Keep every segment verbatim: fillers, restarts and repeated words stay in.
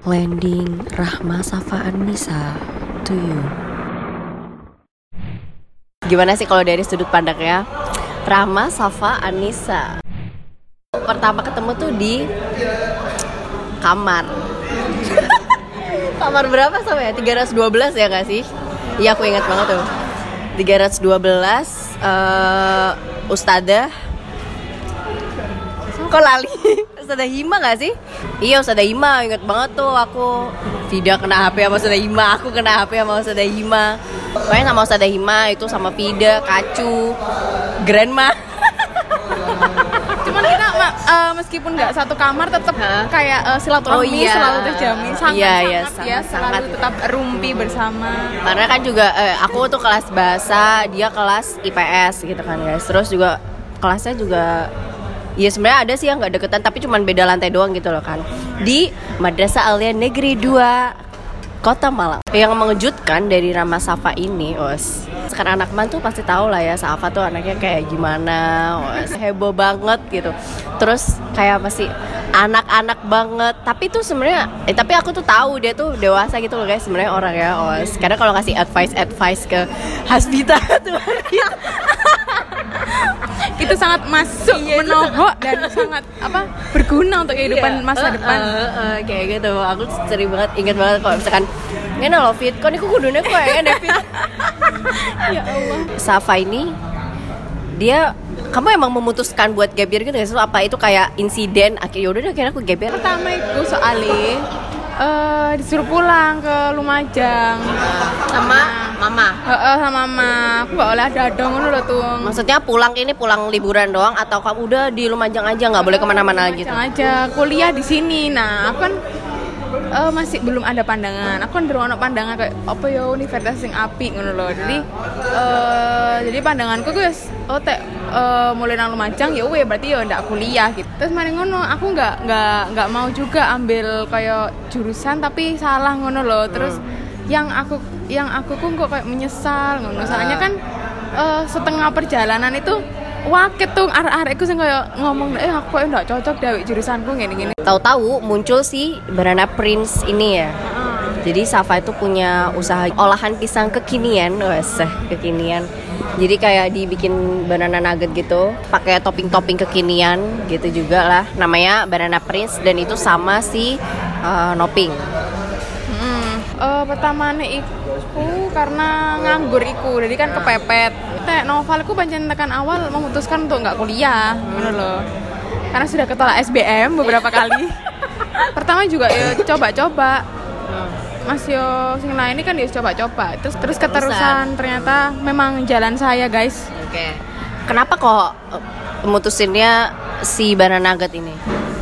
Landing Rahma Safa Annisa to you. Gimana sih kalau dari sudut pandangnya Rahma Safa Annisa? Pertama ketemu tuh di kamar. Kamar berapa sama ya? tiga ratus dua belas ya gak sih? Iya aku ingat banget tuh tiga ratus dua belas uh, Ustadzah. Kok lali? Ustadzah Hima gak sih? Iya Ustadzah Hima, inget banget tuh aku. Vida kena H P sama Ustadzah Hima, aku kena H P sama Ustadzah Hima. Pokoknya sama Ustadzah Hima itu sama Vida, Kacu, Grandma. Cuman kita uh, meskipun nggak satu kamar tetap kayak uh, silaturahmi oh, iya. selalu terjamin, sangat iya, iya, sangat sangat, ya selalu sangat, tetap rumpi bersama. Karena kan juga eh, aku tuh kelas bahasa, dia kelas I P S gitu kan guys. Terus juga kelasnya juga ya sebenarnya ada sih yang nggak deketan tapi cuma beda lantai doang gitu loh kan. Di Madrasah Alia Negeri dua Kota Malang. Yang mengejutkan dari Rahma Safa ini, os, sekarang anak man tuh pasti tahu lah ya Safa tuh anaknya kayak gimana, os, heboh banget gitu. Terus kayak masih anak-anak banget. Tapi tuh sebenarnya, eh, tapi aku tuh tahu dia tuh dewasa gitu loh guys sebenarnya orang ya, os. Karena kalau kasih advice-advice ke Hasbita tuh itu sangat masuk, iya, menohok dan sangat apa berguna untuk kehidupan iya, masa uh, depan. Uh, uh, uh, kayak gitu. Aku sering banget ingat banget kalau misalkan ngene lho Fit, kon iku kudune kowe ya Fit. Ya Allah. Safa ini dia kamu emang memutuskan buat gap year gitu ya? Apa itu kayak insiden akhirnya udah akhirnya aku gap year? Pertama itu soalnya uh, disuruh pulang ke Lumajang sama mama. Heeh, sama mama. Aku enggak oleh ada-ada ngono lho tuh. Maksudnya pulang ini pulang liburan doang atau kamu udah di Lumajang aja enggak boleh kemana mana gitu? Lumajang aja, kuliah di sini. Nah, aku kan uh, masih belum ada pandangan. Aku kan belum ada pandangan kayak apa ya universitas sing apik ngono lho. Jadi uh, jadi pandanganku tuh oh teh uh, mulai nang Lumajang ya weh berarti ya ndak kuliah gitu. Terus mari ngono aku enggak enggak enggak mau juga ambil kayak jurusan tapi salah ngono lho. Terus hmm. yang aku yang aku kok kayak menyesal ngono. Soalnya kan uh, setengah perjalanan itu waket tuh arek-arekku sing kayak ngomong eh aku kok ndak cocok dawek jurusanku ngene-ngene. Tahu-tahu muncul si Banana Prince ini ya. Uh-huh. Jadi Safa itu punya usaha olahan pisang kekinian, wes kekinian. Jadi kayak dibikin banana nugget gitu, pakai topping-topping kekinian gitu juga lah. Namanya Banana Prince dan itu sama si uh, Noping. Uh, pertama nih iku karena nganggur iku, jadi kan kepepet. Tek novel aku pancen tekan awal memutuskan untuk nggak kuliah, ngono loh. Karena sudah ketolak S B M beberapa kali. Pertama juga ya coba-coba. Mas yo sing lain ini kan ya coba-coba. Terus terus keterusan ternyata memang jalan saya, guys. Oke. Okay. Kenapa kok memutusinnya si Banana Nugget ini?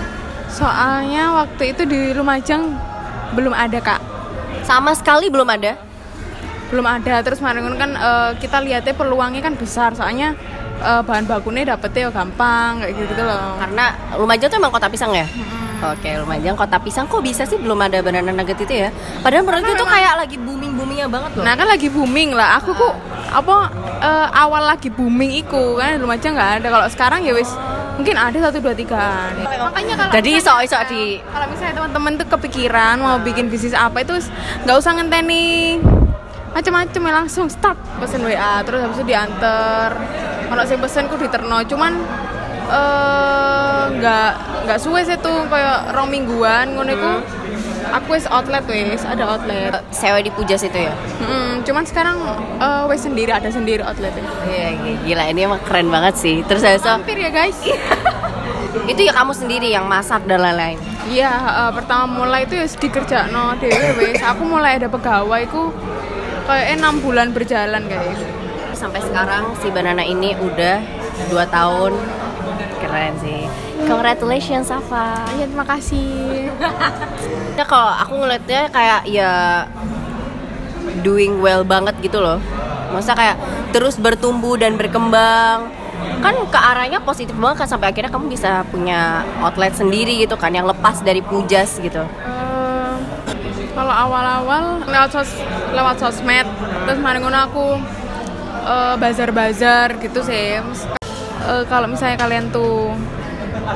Soalnya waktu itu di Lumajang belum ada, Kak. Sama sekali belum ada? Belum ada. Terus kemarin kan uh, kita lihatnya peluangnya kan besar. Soalnya uh, bahan bakunya dapetnya ya gampang kayak gitu loh. Karena Lumajang tuh emang kota pisang ya? Hmm. Oke, Lumajang kota pisang. Kok bisa sih belum ada Banana Nugget itu ya? Padahal menurut itu kayak lagi booming-boomingnya banget loh. Nah kan lagi booming lah. Aku uh. kok apa uh, awal lagi booming iku kan Lumajang nggak ada. Kalau sekarang ya wis mungkin ada satu dua tiga. Makanya kalau jadi iso-iso di kalau misalnya teman-teman tuh kepikiran mau bikin bisnis apa itu nggak usah ngenteni macam-macam ya langsung start pesen W A terus habis itu diantar. Kalau saya pesen ku diterno cuman nggak uh, nggak suwe sih tuh kayak rong mingguan ngono iku. Aku wis outlet wis ada outlet. Sewa di Pujas itu ya. Hmm, cuman sekarang uh, wis sendiri ada sendiri outletnya. Iya gila ini emang keren banget sih. Terus habis hampir ya guys. Itu ya kamu sendiri yang masak dan lain-lain. Iya uh, pertama mulai itu ya dikerjakno dhewe wis. Aku mulai ada pegawai ku kayak enam bulan berjalan kayak gitu. Sampai sekarang si Banana ini udah dua tahun. Keren sih. Congratulations Safa. Iya terima kasih. Ya kalau aku ngeliatnya kayak ya doing well banget gitu loh. Maksudnya kayak terus bertumbuh dan berkembang. Kan ke arahnya positif banget kan sampai akhirnya kamu bisa punya outlet sendiri gitu kan yang lepas dari Pujas gitu. Uh, kalau awal-awal lewat sos lewat sosmed terus kemarin ngono aku uh, bazar-bazar gitu sih. Uh, kalau misalnya kalian tuh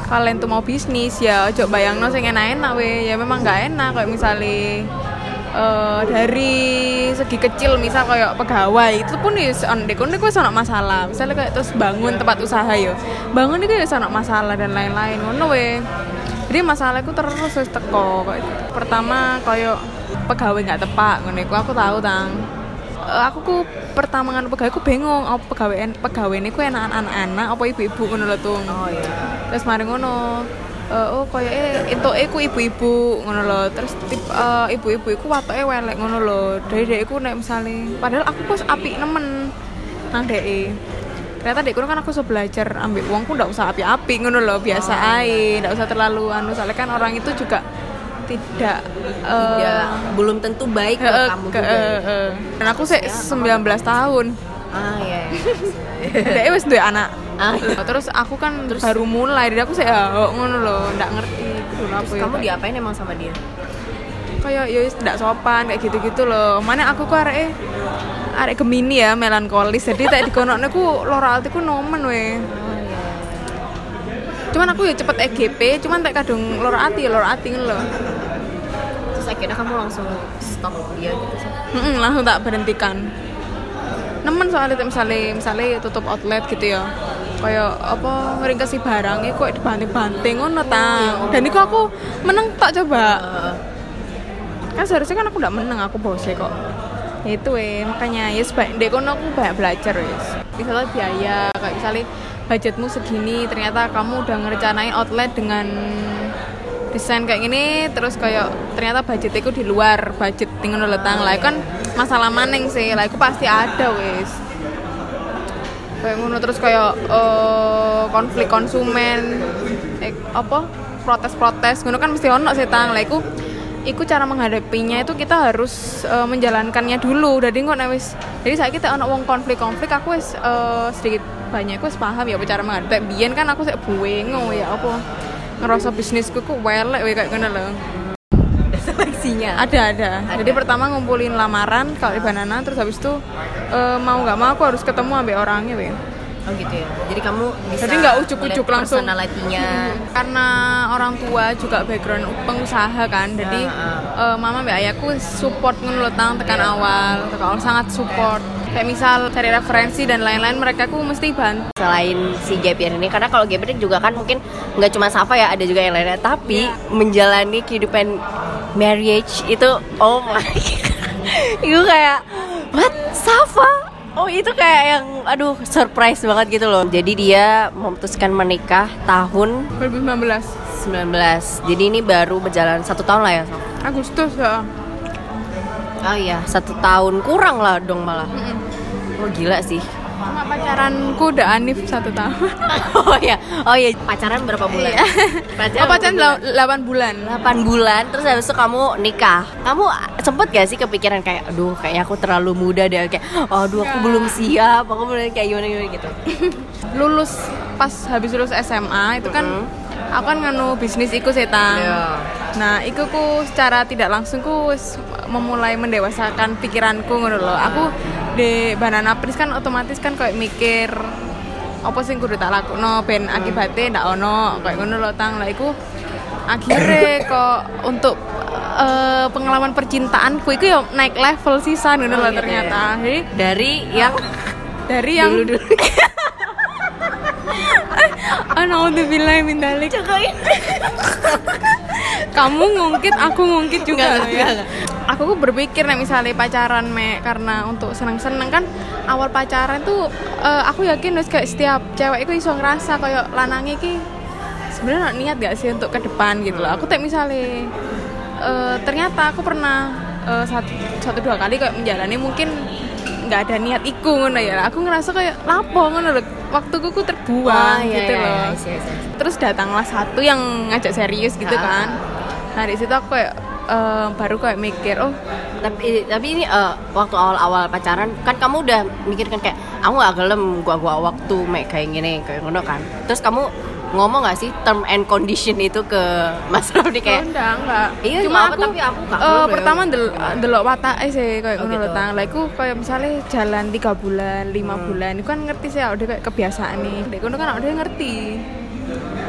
kalian tuh mau bisnis ya ojo bayangno sing enak-enak we. Ya memang nggak enak kayak misalnya uh, dari segi kecil misal kayak pegawai itu pun ya ndek kono iku ono masalah. Misalnya kayak terus bangun tempat usaha yo. Bangun itu ya ono masalah dan lain-lain ngono we. Jadi masalahku terus wis teko kayak pertama kayak pegawai nggak tepat ngono iku aku tahu tang. Uh, aku ku pertama nganu pegawai ku bingung apa pegawai pegawai niku enak anak-anak apa ibu-ibu ngono lho tung. Oh iya. Terus mari ngono uh, oh koyoke entuke ku ibu-ibu ngono lho. Terus tip, uh, ibu-ibu iku watoke welek ngono lho. Dek-dek iku nek misale padahal aku kok apik nemen nang deke. Ternyata dek kono kan aku iso belajar ambek wongku ndak usah apik-apik ngono lho, biasa oh, ae, ndak usah terlalu anu soalnya kan orang itu juga tidak uh, tidak belum tentu baik ke uh, kamu ke, juga. Uh, uh. Dan aku sih sembilan belas tahun. Ah iya. Dek wis duwe anak. Ah, iya. Terus aku kan terus, baru mulai, jadi aku sih ya ngono loh, ndak ngerti gitu apa. Terus kamu diapain emang sama dia? Kayak ya wis ndak sopan kayak gitu-gitu loh. Mana aku kok areke arek Gemini ya, melankolis. Jadi tak dikonokne ku loro atiku nomen we. Cuman aku ya cepet E G P, cuman tak kadung loro ati, loro ati ngono lho. Terus akhirnya kamu langsung stop dia gitu sih? Heeh, langsung tak berhentikan. Nemen soalnya misalnya misalnya tutup outlet gitu ya. Kayak apa ngeringkesi barangnya kok dibanting-banting ngono ta. Dan iku aku meneng tak coba. Kan seharusnya kan aku ndak meneng, aku bose kok. Ya itu eh makanya ya sebaik dek kono aku banyak belajar wis. Misalnya biaya kayak misalnya budgetmu segini, ternyata kamu udah ngerencanain outlet dengan desain kayak gini, terus kayak ternyata budgetnya itu di luar budget tinggal letang lah, kan masalah maning sih, lah itu pasti ada wis. Kayak ngono terus kayak uh, konflik konsumen, eh, apa protes-protes, ngono kan mesti ono sih tang, lah itu. Iku cara menghadapinya itu kita harus uh, menjalankannya dulu. Jadi kok nek wis jadi saiki kita ono wong konflik-konflik aku wis uh, sedikit banyak aku wis paham ya apa cara menghadapi. Biyen kan aku sik buengo ya apa ngerasa bisnisku ku welek kayak ngono lho. Seleksinya. Ada, ada ada. Jadi pertama ngumpulin lamaran kalau di Banana, terus habis itu uh, mau enggak mau aku harus ketemu ambek orangnya we. Oh gitu ya. Jadi kamu bisa jadi nggak ujuk-ujuk langsung personalitinya. Karena orang tua juga background pengusaha kan. Jadi uh, uh. Uh, mama mbak ayahku support ngono tang tekan yeah. awal, tekan awal sangat support. Kayak misal cari referensi dan lain-lain mereka ku mesti bantu. Selain si gap year ini, karena kalau gap year juga kan mungkin nggak cuma Safa ya, ada juga yang lainnya. Tapi yeah. menjalani kehidupan marriage itu, oh my god, itu kayak what Safa? Oh itu kayak yang aduh surprise banget gitu loh. Jadi dia memutuskan menikah tahun dua ribu sembilan belas. sembilan belas. Jadi ini baru berjalan satu tahun lah ya, Sof? Agustus ya. Oh iya, satu tahun kurang lah dong malah. Mm-mm. Oh gila sih. Sama pacaranku udah Anif satu tahun. Oh iya, oh iya pacaran berapa bulan? Pacaran oh pacaran delapan bulan. delapan bulan, terus habis itu kamu nikah. Kamu sempet gak sih kepikiran kayak, aduh kayaknya aku terlalu muda deh, kayak, oh, aduh aku belum siap, aku belum kayak gimana gimana gitu. Lulus pas habis lulus S M A itu kan, mm-hmm. aku kan nganu bisnis iku setang. Yeah. Nah, iku ku secara tidak langsung ku memulai mendewasakan pikiranku ngono lho. Aku di Banana Prince kan otomatis kan kayak mikir apa sing kudu tak lakukno ben akibate ndak ono kayak ngono lho tang. Lah iku akhirnya kok untuk uh, pengalaman percintaanku itu ya naik level sisan ngono lho ternyata. Jadi dari yang dari yang dulu-dulu. Alhamdulillah mindalik. Kamu ngungkit, aku ngungkit juga. Enggak, ya. Enggak. Aku tuh berpikir nih misalnya pacaran me karena untuk seneng-seneng kan awal pacaran tuh uh, aku yakin wis kayak setiap cewek itu iso ngerasa kayak lanangnya ki sebenarnya niat gak sih untuk ke depan gitu loh. Aku tak misalnya uh, ternyata aku pernah uh, satu, satu dua kali kayak menjalani mungkin nggak ada niat iku ngono ya. Aku ngerasa kayak lapo ngono lho. Waktuku ku terbuang oh, gitu iya, loh. Iya, iya, iya. Terus datanglah satu yang ngajak serius gitu kan. Nah di situ aku kayak uh, baru kayak mikir oh tapi tapi ini uh, waktu awal-awal pacaran kan kamu udah mikirkan kayak aku gak gelem gua gua waktu make kayak gini kayak ngono kan. Terus kamu ngomong gak sih term and condition itu ke Mas Raffi kayak? Oh, enggak, enggak. Iya, cuma aku, aku tapi aku gak uh, pertama del, delok watake sih kayak oh, ngono gitu. lho tang. Lah iku kayak misalnya jalan tiga bulan, lima hmm. bulan itu kan ngerti sih udah kayak kebiasaan nih. Dek ngono kan udah ngerti.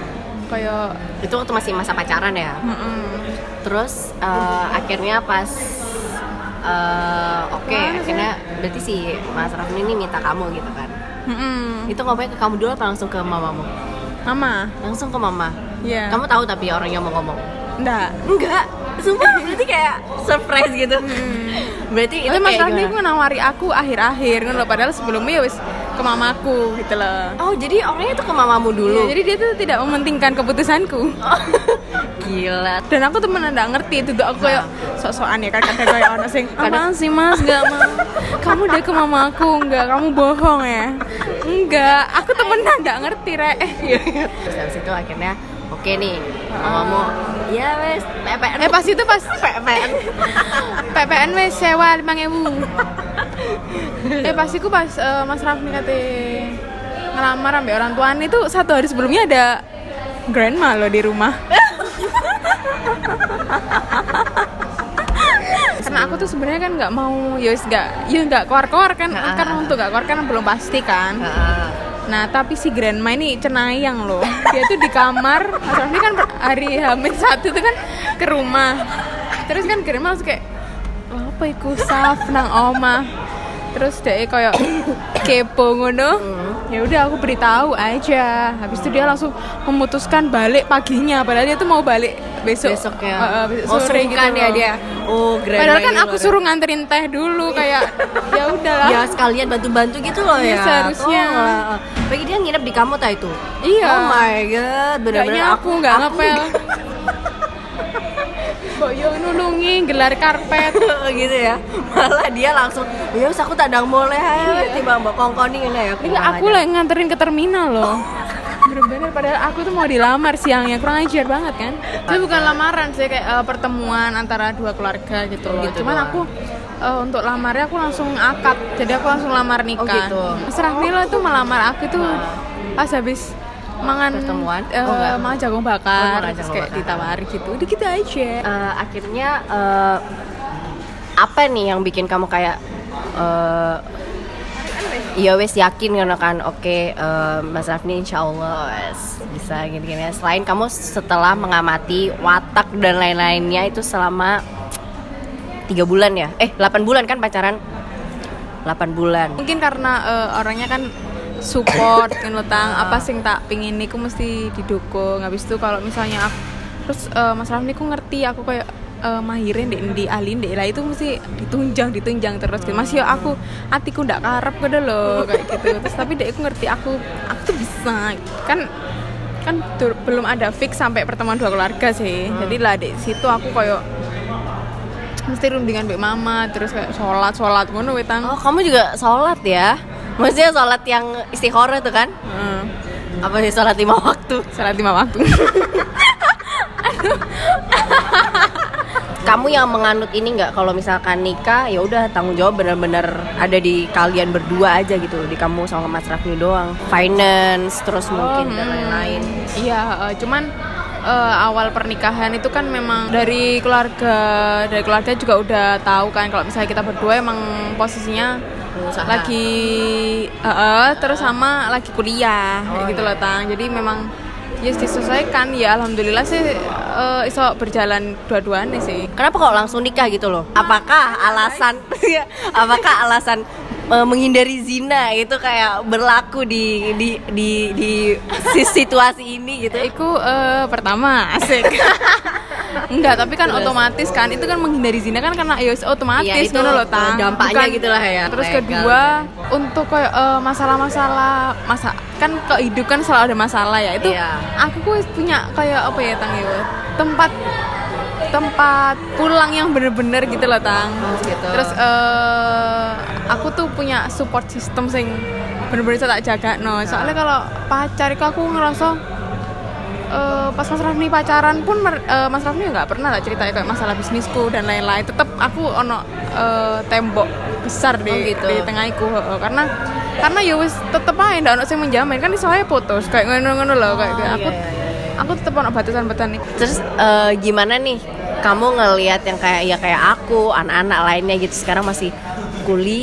kayak Itu waktu masih masa pacaran ya. mm-mm. Terus uh, akhirnya pas uh, oke okay, akhirnya berarti si Mas Rafni ini minta kamu gitu kan. Mm-mm. Itu ngomongnya ke kamu dulu atau langsung ke mamamu? Mama, Langsung ke mama. iya. Kamu tahu tapi orang yang mau ngomong? Enggak. Enggak. Sumpah berarti kayak surprise gitu. Berarti itu Tapi Mas kayak Rafni gimana? ku nawari aku akhir-akhir ngono loh, padahal sebelumnya ya wis ke mamaku gitu loh. Oh, jadi orangnya itu ke mamamu dulu. Iya, jadi dia tuh tidak mementingkan keputusanku. Gila. Dan aku tuh bener nggak ngerti itu tuh aku kayak sok-sokan ya kan kadang kayak orang sing apaan sih Mas nggak mau kamu udah ke mamaku nggak kamu bohong ya enggak aku temenan nggak ngerti re Terus habis itu akhirnya oke nih mamamu ya wes P P N eh pas itu pas P P N P P N wes sewa lima ribu eh pas itu pas uh, Mas Rafni kate ngelamar ambil orang tuaan itu satu hari sebelumnya ada grandma loh di rumah. Karena aku tuh sebenarnya kan nggak mau ya wis nggak ya nggak keluar-keluar kan Nah. karena untuk nggak keluar kan belum pasti kan. Heeh. Nah tapi si grandma ini cenayang loh, dia tuh di kamar. Mas Rafni kan hari Hamil satu tuh kan ke rumah, terus kan grandma langsung kayak apa iku saf nang oma, terus dia kayak kepo ngono. Ya udah aku beritahu aja. Habis itu dia langsung memutuskan balik paginya, padahal dia tuh mau balik besok. Besoknya. Uh, uh, besok Oh, sore gitu sungkan ya loh. dia. Oh, grandma Padahal kan ini aku luar suruh nganterin teh dulu kayak ya udahlah. ya sekalian bantu-bantu gitu loh Iya, ya. seharusnya. Tolonglah. Bagi dia nginep di kamu tak itu? Iya. Oh my god, benar-benar Kayaknya aku nggak ngepel. Kok yo nulungi gelar karpet. gitu ya. Malah dia langsung, ya wis aku tak ndang mulai ae tiba mbok kongkoni ngene ya. Ini aku lagi nganterin ke terminal loh. Bener-bener padahal aku tuh mau dilamar siangnya, kurang ajar banget kan. Itu bukan lamaran sih, kayak uh, pertemuan antara dua keluarga gitu loh. Gitu Cuman doang. aku uh, untuk lamarnya aku langsung akad, jadi aku langsung lamar nikah. Oh, gitu. Mas Rafni lo tuh melamar aku tuh pas habis mangan Pertemuan? uh, Oh, enggak. mangan jagung Oh, bakar, makan terus jagung kayak bakar. ditawari gitu. Udah gitu aja. Eh, akhirnya eh, apa nih yang bikin kamu kayak eh ya wes yakin kan kan oke eh, Mas Rafni insyaallah wes bisa gini-gini. Selain kamu setelah mengamati watak dan lain-lainnya itu selama tiga bulan ya eh delapan bulan kan pacaran delapan bulan. Mungkin karena uh, orangnya kan support kan tang apa sing tak pingin niku mesti didukung. Habis itu kalau misalnya aku terus uh, Mas Rafni ku ngerti aku kayak uh, mahirin di di alin di lah itu mesti ditunjang ditunjang terus gitu. Masih aku hatiku ndak karep gitu loh kayak gitu. Terus tapi dia aku ngerti aku aku tuh bisa kan kan tur, belum ada fix sampai pertemuan dua keluarga sih. Hmm. Jadi lah di situ aku kayak mesti rundingan mbek mama terus kayak sholat sholat ngono wetang. Oh, kamu juga sholat ya? Maksudnya sholat yang istikharah tuh kan? Heeh. Apa sih sholat lima waktu? Salat lima waktu. Kamu yang menganut ini nggak kalau misalkan nikah ya udah tanggung jawab benar-benar ada di kalian berdua aja gitu, di kamu sama Mas Rafni doang, finance terus mungkin dan hmm. lain-lain. Iya, uh, cuman uh, awal pernikahan itu kan memang dari keluarga dari keluarga juga udah tahu kan kalau misalnya kita berdua emang posisinya Pengusaha. lagi uh, uh, terus sama lagi kuliah Oh, kayak gitu iya. loh tang. Jadi memang ya diselesaikan ya alhamdulillah sih uh, iso berjalan dua-duanya sih. Kenapa kok langsung nikah gitu loh? Apakah alasan apakah alasan uh, menghindari zina itu kayak berlaku di di di di situasi ini gitu? Iku uh, pertama asik. Enggak, tapi kan Terus. otomatis kan itu kan menghindari zina kan karena ya otomatis Iya, itu ngono loh tang. dampaknya Bukan- gitulah ya, Terus legal kedua untuk kayak eh, masalah-masalah masa kan kehidupan selalu ada masalah ya. Itu Iya. aku tuh punya kayak apa ya tang ya tempat tempat pulang yang bener-bener gitu loh tang. Oh, gitu. Terus eh, aku tuh punya support system sing bener-bener bisa tak jaga no. Soalnya kalau pacar itu aku ngerasa Uh, pas Mas Rafni pacaran pun mer- uh, Mas Rafni nggak pernah lah cerita kayak masalah bisnisku dan lain-lain. Tetap aku ono uh, tembok besar di Oh, gitu. di tengahku uh, karena karena ya wis tetep aja ndak ono sing menjamin kan iso ae putus kayak ngono-ngono loh kayak gitu. iya, aku iya, iya, iya. aku tetep ono batasan-batasan nih. Terus eh, gimana nih kamu ngelihat yang kayak ya kayak aku, anak-anak lainnya gitu sekarang masih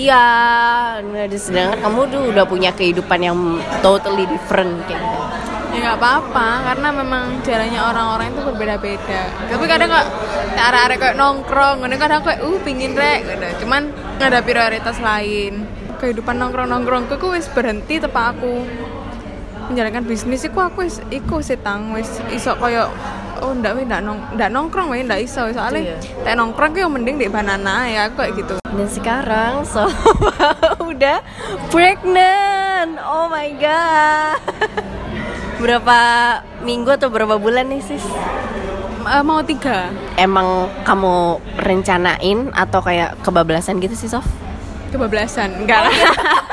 kuliah, nah, sedangkan kamu tuh udah punya kehidupan yang totally different kayak gitu. Ya nggak apa-apa, karena memang jalannya orang-orang itu berbeda-beda. Tapi kadang kok arek-arek kayak nongkrong, kadang kadang kayak uh pingin rek, gitu. Cuman ada prioritas lain. Kehidupan nongkrong-nongkrongku ku wis berhenti tepak aku menjalankan bisnis iku aku wis iku sih tang wis iso koyo oh ndak wis ndak nong ndak nongkrong wis ndak iso soalnya yeah. nongkrong ku yang mending di banana ya aku kayak gitu. Dan sekarang so udah pregnant. Oh my god. Berapa minggu atau berapa bulan nih sis? Uh, mau tiga. Emang kamu rencanain atau kayak kebablasan gitu sih Sof? Kebablasan? Enggak lah.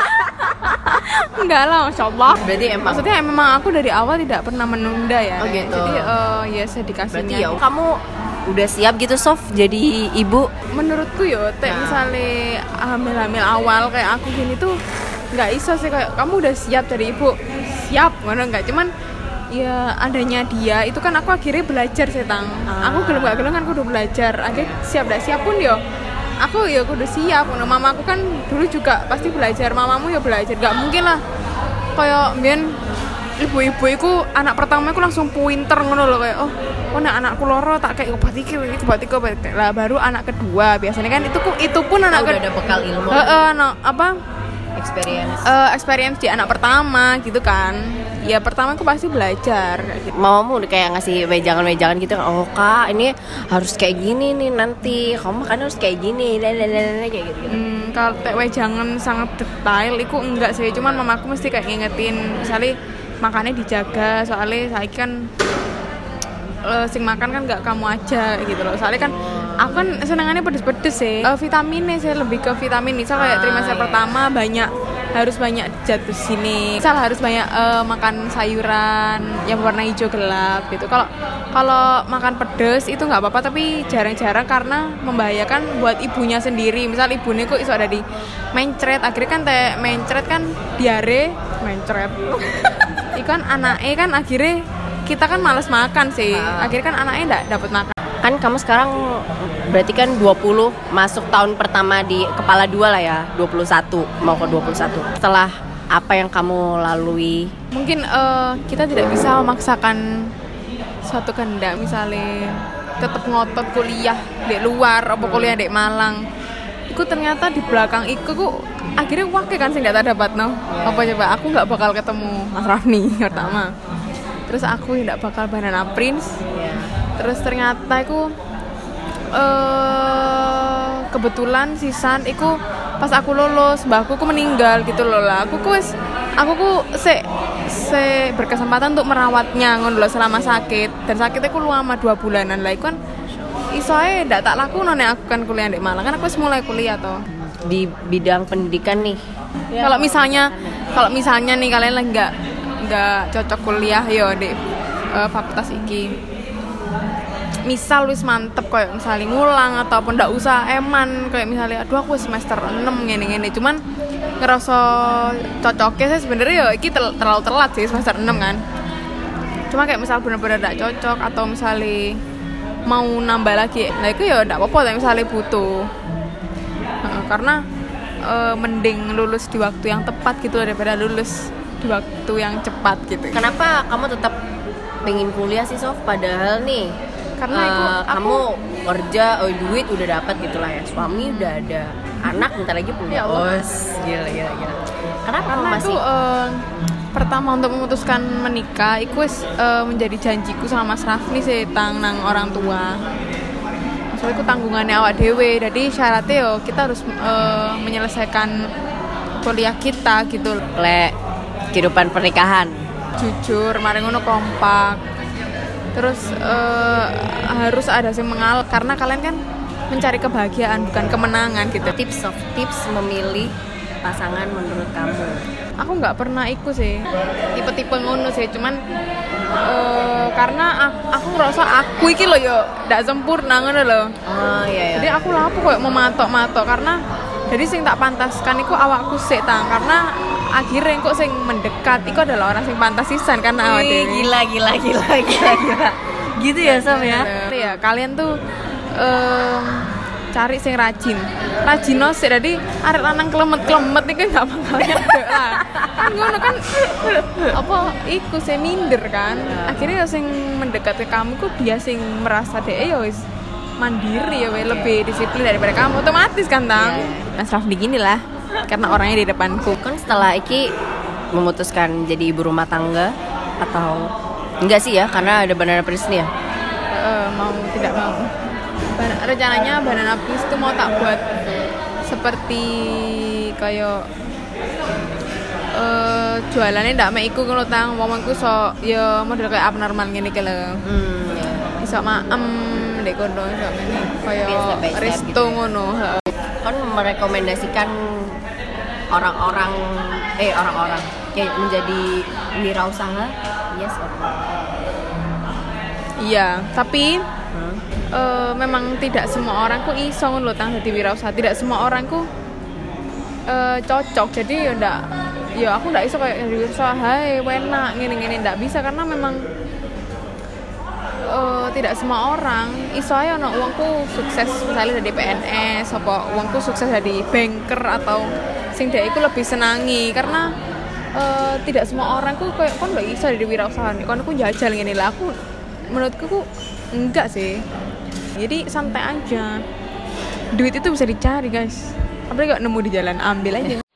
Enggak lah, Masya Allah. Berarti emang maksudnya memang aku dari awal tidak pernah menunda ya. Oh gitu. Jadi uh, ya saya dikasihnya. Berarti ya kamu udah siap gitu Sof jadi ibu? Menurutku yo, teh nah. misalnya hamil-hamil awal kayak aku gini tuh nggak iso sih kayak kamu udah siap jadi ibu. Siap, ngono enggak, cuman ya adanya dia itu kan aku akhirnya belajar sih tang. Ah. Aku gelem gak gelem kan aku udah belajar. Akhirnya siap gak siap pun yo aku ya aku udah siap. Nah, mamaku kan dulu juga pasti belajar, mamamu ya belajar. Gak mungkin lah kayak mbiyen ibu-ibu iku anak pertama aku langsung pinter ngono lho kayak oh oh nah anakku loro tak kayak obat iki iki obat iki obat lah baru anak kedua biasanya kan itu itu pun anak kedua udah ada bekal ilmu. Heeh, no, apa experience uh, experience di anak pertama gitu kan. Ya pertama aku pasti belajar gitu. Mamamu udah kayak ngasih wejangan-wejangan gitu. Oh kak ini harus kayak gini nih nanti kamu makan harus kayak gini lalalala kayak gitu, gitu. Hmm, kalau kayak wejangan sangat detail itu enggak sih, cuman mamaku mesti kayak ngingetin misalnya makannya dijaga soalnya saya kan uh, sing makan kan nggak kamu aja gitu loh soalnya kan aku kan senengannya pedes-pedes sih uh, vitaminnya sih lebih ke vitamin misal kayak trimester ah, pertama iya. banyak harus banyak jatuh sini misal harus banyak uh, makan sayuran yang warna hijau gelap gitu. Kalau kalau makan pedes itu nggak apa-apa tapi jarang-jarang karena membahayakan buat ibunya sendiri. Misal ibunya kok iso ada di mencret akhirnya kan teh mencret kan diare mencret ikan anaknya kan akhirnya kita kan malas makan sih akhirnya kan anaknya nggak dapat makan. Kan kamu sekarang berarti kan dua puluh masuk tahun pertama di kepala dua lah ya, dua puluh satu mau ke dua puluh satu. Setelah apa yang kamu lalui? Mungkin uh, kita tidak bisa memaksakan suatu kehendak misalnya tetap ngotot kuliah di luar apa kuliah di Malang. Iku ternyata di belakang iku kok akhirnya wakil kan sih nggak dapat no. Apa coba aku nggak bakal ketemu Mas Rafni pertama. Terus aku tidak bakal Banana Prince. Terus ternyata aku uh, kebetulan sisan aku pas aku lulus mbahku ku meninggal gitu loh lah. Aku ku wis aku ku se se berkesempatan untuk merawatnya ngono lho selama sakit dan sakitnya ku lama dua bulanan lah. Iku kan iso ae ndak tak lakuno nek aku kan kuliah di Malang kan aku wis mulai kuliah toh. Di bidang pendidikan nih. Ya. Kalau misalnya kalau misalnya nih kalian lah enggak enggak cocok kuliah yo di uh, fakultas iki. Misal wis mantep kayak misalnya ngulang ataupun ndak usah eman kayak misalnya aduh aku semester enam ngene-ngene cuman ngerasa cocoknya sih sebenarnya ya iki tel- terlalu telat sih semester enam kan. Cuma kayak misal bener-bener ndak cocok atau misalnya mau nambah lagi nah itu ya ndak apa-apa tapi misalnya butuh uh, karena uh, mending lulus di waktu yang tepat gitu daripada lulus di waktu yang cepat gitu. Kenapa kamu tetap pengen kuliah sih Sof padahal nih karena uh, itu aku, kamu kerja oh duit udah dapat gitulah ya suami udah ada anak bentar lagi punya bos gila gila gila kenapa karena masih itu uh, pertama untuk memutuskan menikah itu uh, menjadi janjiku sama Mas Rafni sih tang nang orang tua soalnya itu tanggungannya awak dewe jadi syaratnya yo kita harus uh, menyelesaikan kuliah kita gitu le kehidupan pernikahan jujur mari ngono kompak terus uh, harus ada yang mengalah karena kalian kan mencari kebahagiaan bukan kemenangan gitu. Tips of tips memilih pasangan menurut kamu? Aku nggak pernah ikut sih tipe-tipe ngono sih cuman uh, karena aku ngerasa aku iki loh yo nggak sempurna ngono loh. Oh iya. iya. Jadi aku lah aku kayak mau matok-matok karena jadi sing tak pantaskan iku awakku sik tang karena akhirnya kok sing mendekat itu adalah orang sing pantas sisan karena awak dhewe. Gila gila gila gila gila. Gitu ya Sof ya. Ya kalian tuh um, cari sing rajin rajin sih jadi arek lanang klemet-klemet iki gak bakal nyedek lah kan ngono kan apa iku sing minder kan akhirnya sing mendekat ke kamu ku dia sing merasa deh ya wis mandiri ya wis lebih disiplin daripada kamu otomatis kan tang yeah. Mas Rafli gini lah karena orangnya di depanku kan setelah iki memutuskan jadi ibu rumah tangga atau enggak sih ya karena ada banana pris nih ya uh, mau tidak mau Ban- rencananya banana pris itu mau tak buat seperti kayak uh, jualannya ndak mek iku ngono tang momenku so ya model kayak abnormal ngene iki lho hmm yeah. Iso maem ndek kono iso ngene kayak resto ngono kan merekomendasikan orang-orang eh orang-orang kayak menjadi wirausaha yes or no? Iya tapi hmm? uh, memang tidak semua orang ku iso ngono tang dadi wirausaha tidak semua orang ku uh, cocok jadi ya ndak ya aku ndak iso kayak jadi wirausaha hai enak ngene-ngene ndak bisa karena memang Uh, tidak semua orang iso ae ono uangku sukses misalnya dari P N S apa uangku sukses dari banker atau sing dhek iku lebih senangi karena uh, tidak semua orang ku koyo kon gak iso jadi wirausaha kon ku jajal ngene lah aku menurutku ku enggak sih jadi santai aja duit itu bisa dicari guys apalagi gak nemu di jalan ambil aja